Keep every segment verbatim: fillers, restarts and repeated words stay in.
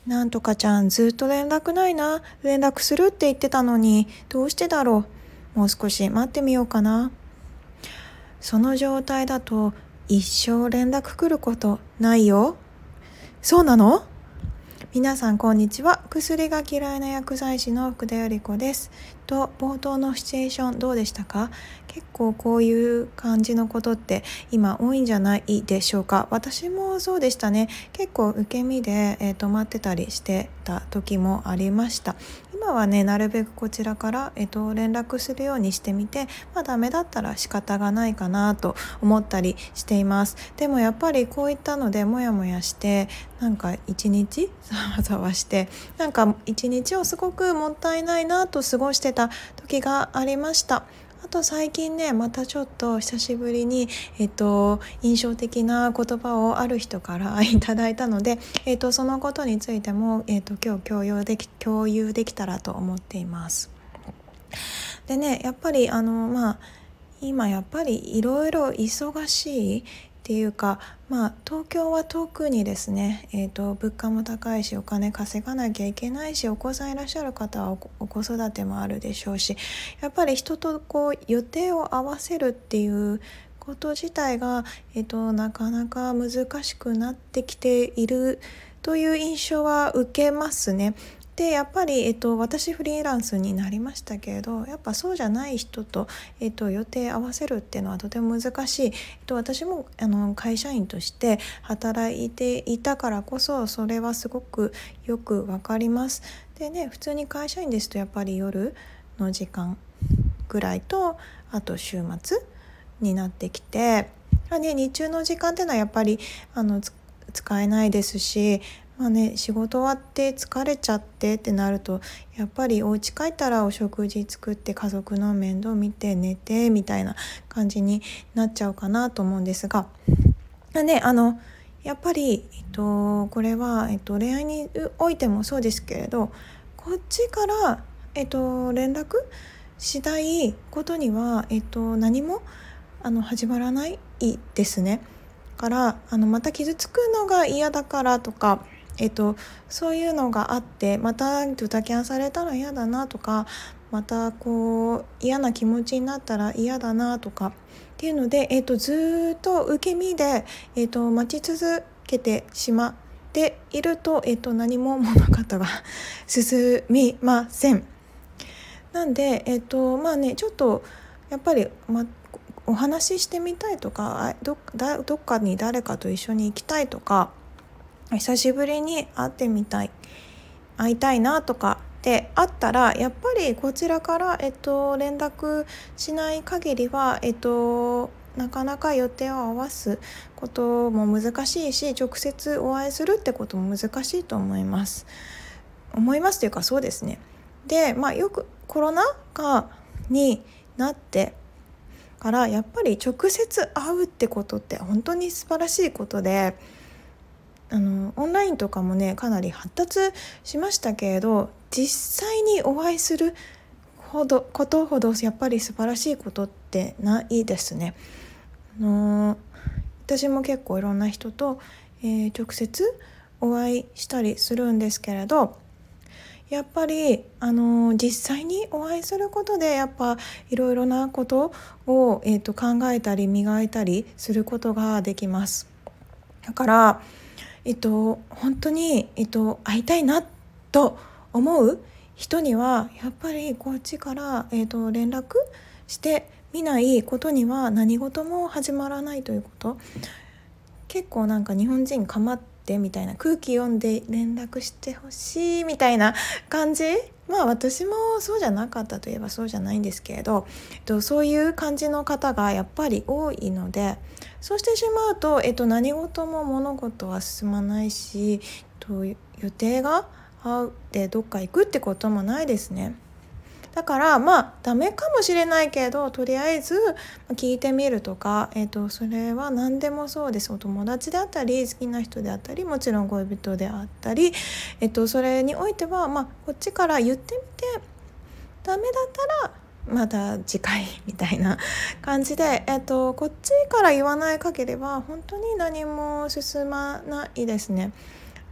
なんとかちゃんずっと連絡ないな。連絡するって言ってたのに、どうしてだろう。もう少し待ってみようかな。その状態だと一生連絡来ることないよ。そうなの？皆さんこんにちは。薬が嫌いな薬剤師の福田由里子です。と、冒頭のシチュエーションどうでしたか？結構こういう感じのことって今多いんじゃないでしょうか。私もそうでしたね。結構受け身で、えー、止まってたりしてた時もありました。今はね、なるべくこちらから、えー、と連絡するようにしてみて、まあ、ダメだったら仕方がないかなと思ったりしています。でもやっぱりこういったのでモヤモヤしてなんか一日ざわざわしてなんか一日をすごくもったいないなと過ごしてた時がありました。あと最近ね、またちょっと久しぶりに、えっと、印象的な言葉をある人からいただいたので、えっと、そのことについても、えっと、今日共有でき、共有できたらと思っています。でね、やっぱりあのまあ今やっぱりいろいろ忙しいっていうか、まあ、東京は特にですね、えーと、物価も高いしお金稼がなきゃいけないし、お子さんいらっしゃる方は お, お子育てもあるでしょうし、やっぱり人とこう予定を合わせるっていうこと自体が、えーと、なかなか難しくなってきているという印象は受けますね。でやっぱり、えっと、私フリーランスになりましたけれど、やっぱそうじゃない人と、えっと、予定合わせるっていうのはとても難しい、えっと、私もあの会社員として働いていたからこそそれはすごくよくわかります。でね、普通に会社員ですとやっぱり夜の時間ぐらいと、あと週末になってきて、あ、ね、日中の時間っていうのはやっぱりあの使えないですし、まあね、仕事終わって疲れちゃってってなると、やっぱりお家帰ったらお食事作って家族の面倒見て寝てみたいな感じになっちゃうかなと思うんですが、ね、あのやっぱり、えっと、これは、えっと、恋愛においてもそうですけれど、こっちから、えっと、連絡しないことには、えっと、何もあの始まらないですね。からあのまた傷つくのが嫌だからとか、えっと、そういうのがあって、またドタキャンされたら嫌だなとか、またこう嫌な気持ちになったら嫌だなとかっていうので、えっと、ずっと受け身で、えっと、待ち続けてしまっていると、えっと、何も物事が進みません。なんで、えっとまあね、ちょっとやっぱり、まお話ししてみたいとか、どだどっかに誰かと一緒に行きたいとか、久しぶりに会ってみたい、会いたいなとかってあったら、やっぱりこちらから、えっと、連絡しない限りは、えっと、なかなか予定を合わすことも難しいし、直接お会いするってことも難しいと思います思いますというか、そうですね。で、まあ、よくコロナ禍になってからやっぱり直接会うってことって本当に素晴らしいことで、あのオンラインとかもねかなり発達しましたけれど、実際にお会いするほどことほどやっぱり素晴らしいことってないですね。あの私も結構いろんな人と、えー、直接お会いしたりするんですけれど、やっぱりあの実際にお会いすることでやっぱいろいろなことを、えー、と考えたり磨いたりすることができます。だから、えっと、本当に、えっと、会いたいなと思う人にはやっぱりこっちから、えっと、連絡してみないことには何事も始まらないということ。結構なんか日本人かまってみたいな、空気読んで連絡してほしいみたいな感じ。まあ私もそうじゃなかったといえばそうじゃないんですけれど、えっと、そういう感じの方がやっぱり多いので、そうしてしまうと、えっと、何事も物事は進まないし、えっと、予定が合うでどっか行くってこともないですね。だからまあダメかもしれないけど、とりあえず聞いてみるとか、えーと、それは何でもそうです。お友達であったり好きな人であったり、もちろん恋人であったり、えーと、それにおいては、まあ、こっちから言ってみてダメだったらまた次回みたいな感じで、えーと、こっちから言わない限りは本当に何も進まないですね。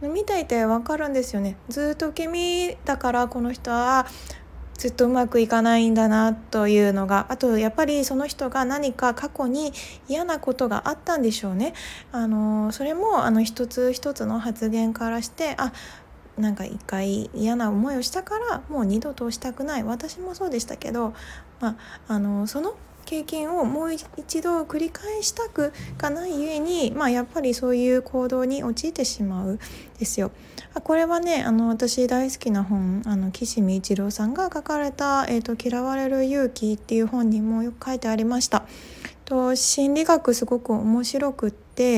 見ていてわかるんですよね。ずっと受け身だからこの人はずっとうまくいかないんだなというのが、あとやっぱりその人が何か過去に嫌なことがあったんでしょうね。あのそれもあの一つ一つの発言からして、あ、なんか一回嫌な思いをしたからもう二度としたくない。私もそうでしたけど、まあ、あのその経験をもう一度繰り返したくがないゆえに、まあ、やっぱりそういう行動に陥ってしまうですよ。これはね、あの私大好きな本、あの岸見一郎さんが書かれた、えーと、嫌われる勇気っていう本にもよく書いてありました。と心理学すごく面白くって、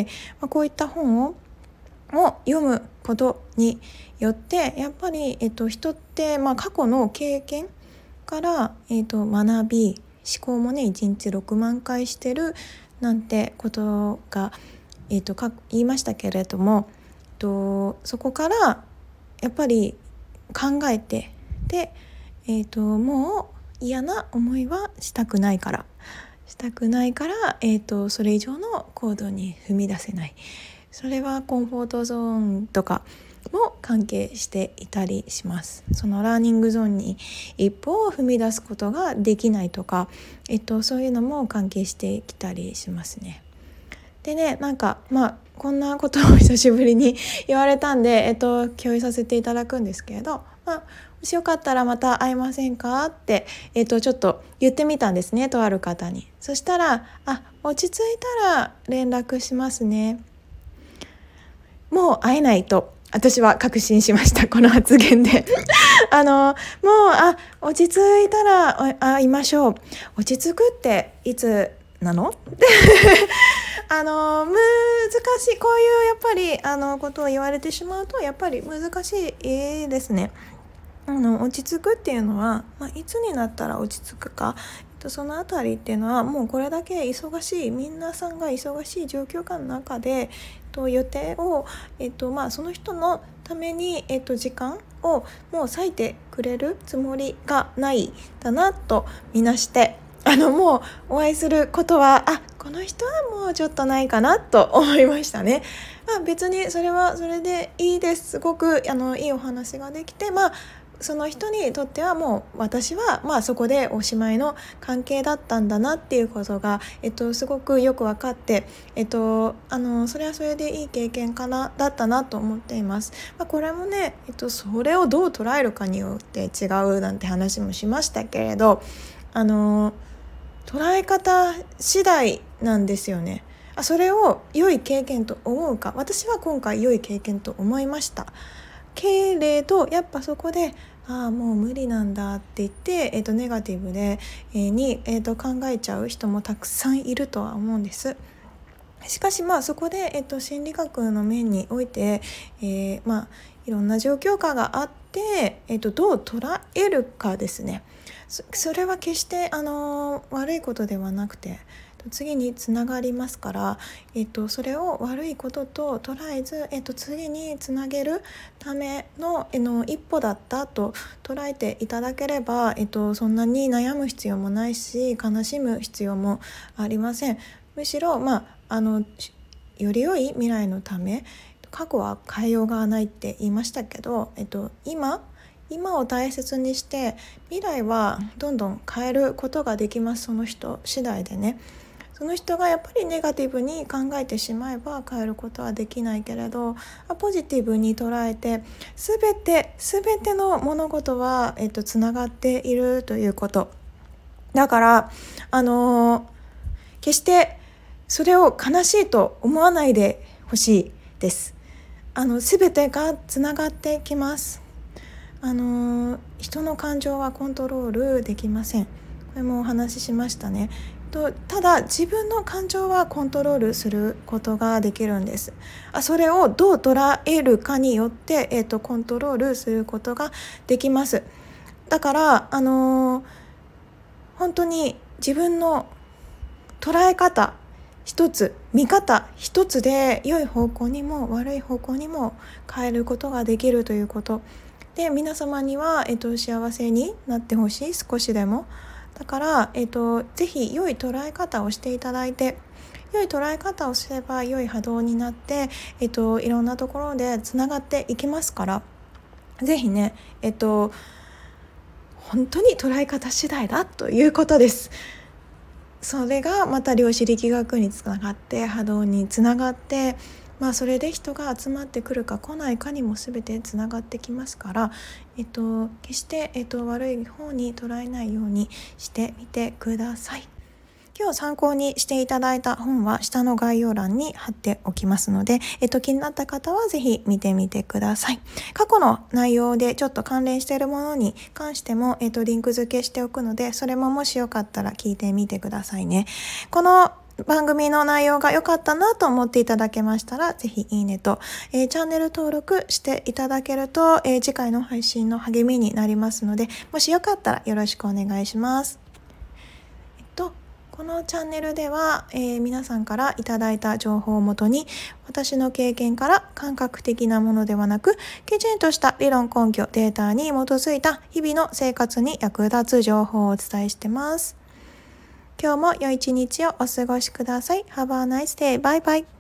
まあ、こういった本をを読むことによってやっぱり、えっと、人って、まあ、過去の経験から、えっと、学び思考もねいちにちろくまんかいしてるなんてことが、えっと、か言いましたけれども、えっと、そこからやっぱり考えてで、えっと、もう嫌な思いはしたくないからしたくないから、えっと、それ以上の行動に踏み出せない。それはコンフォートゾーンとかも関係していたりします。そのラーニングゾーンに一歩を踏み出すことができないとか、えっと、そういうのも関係してきたりしますね。でね、なんかまあこんなことを久しぶりに言われたんで、えっと、共有させていただくんですけれど、まあ、もしよかったらまた会えませんかって、えっと、ちょっと言ってみたんですね、とある方に。そしたら、あ、落ち着いたら連絡しますね、もう会えないと私は確信しました、この発言であのもうあ落ち着いたら会いましょう。落ち着くっていつなのあの難しい、こういうやっぱりあのことを言われてしまうとやっぱり難しいですね。あの落ち着くっていうのは、まあ、いつになったら落ち着くか、そのあたりっていうのはもうこれだけ忙しい皆さんが忙しい状況下の中で、と予定を、えっとまあ、その人のために、えっと、時間をもう割いてくれるつもりがないだなとみなして、あのもうお会いすることはあこの人はもうちょっとないかなと思いましたね。まあ、別にそれはそれでいいです。すごくあのいいお話ができて、まあその人にとってはもう私はまあそこでおしまいの関係だったんだなっていうことが、えっと、すごくよく分かって、えっと、あのそれはそれでいい経験かなだったなと思っています。まあ、これもね、えっと、それをどう捉えるかによって違うなんて話もしましたけれど、あの捉え方次第なんですよね。あそれを良い経験と思うか、私は今回良い経験と思いましたけれど、やっぱそこでああもう無理なんだって言って、えー、とネガティブで、えー、に、えー、と考えちゃう人もたくさんいるとは思うんです。しかしまあそこで、えー、と心理学の面において、えー、まあいろんな状況下があって、えー、とどう捉えるかですね。そ, それは決してあのー、悪いことではなくて次につながりますから、えっと、それを悪いことと捉えず、えっと、次につなげるため の, えの一歩だったと捉えていただければ、えっと、そんなに悩む必要もないし悲しむ必要もありません。むしろ、まあ、あのより良い未来のため、過去は変えようがないって言いましたけど、えっと、今今を大切にして未来はどんどん変えることができます。その人次第でね。その人がやっぱりネガティブに考えてしまえば変えることはできないけれど、ポジティブに捉えて全て全ての物事は、えっと、つながっているということだから、あのー、決してそれを悲しいと思わないでほしいです。あの全てがつながってきます。あのー、人の感情はコントロールできません。これもお話ししましたね。ただ自分の感情はコントロールすることができるんです。あそれをどう捉えるかによって、えーと、コントロールすることができます。だからあのー、本当に自分の捉え方一つ見方一つで良い方向にも悪い方向にも変えることができるということで、皆様には、えーと、幸せになってほしい、少しでもだから、えーと、ぜひ良い捉え方をしていただいて、 良い捉え方をすれば良い波動になって、えっと、いろんなところでつながっていきますから、ぜひね、えっと、本当に捉え方次第だということです。それがまた量子力学につながって波動につながって、まあ、それで人が集まってくるか来ないかにも全てつながってきますから、えっと、決して、えっと、悪い方に捉えないようにしてみてください。今日参考にしていただいた本は下の概要欄に貼っておきますので、えっと、気になった方はぜひ見てみてください。過去の内容でちょっと関連しているものに関しても、えっと、リンク付けしておくので、それももしよかったら聞いてみてくださいね。この番組の内容が良かったなと思っていただけましたら、ぜひいいねと、えー、チャンネル登録していただけると、えー、次回の配信の励みになりますので、もしよかったらよろしくお願いします。えっとこのチャンネルでは、えー、皆さんからいただいた情報をもとに、私の経験から感覚的なものではなく、きちんとした理論根拠データに基づいた日々の生活に役立つ情報をお伝えしてます。今日も良い一日をお過ごしください。Have a nice day. Bye bye.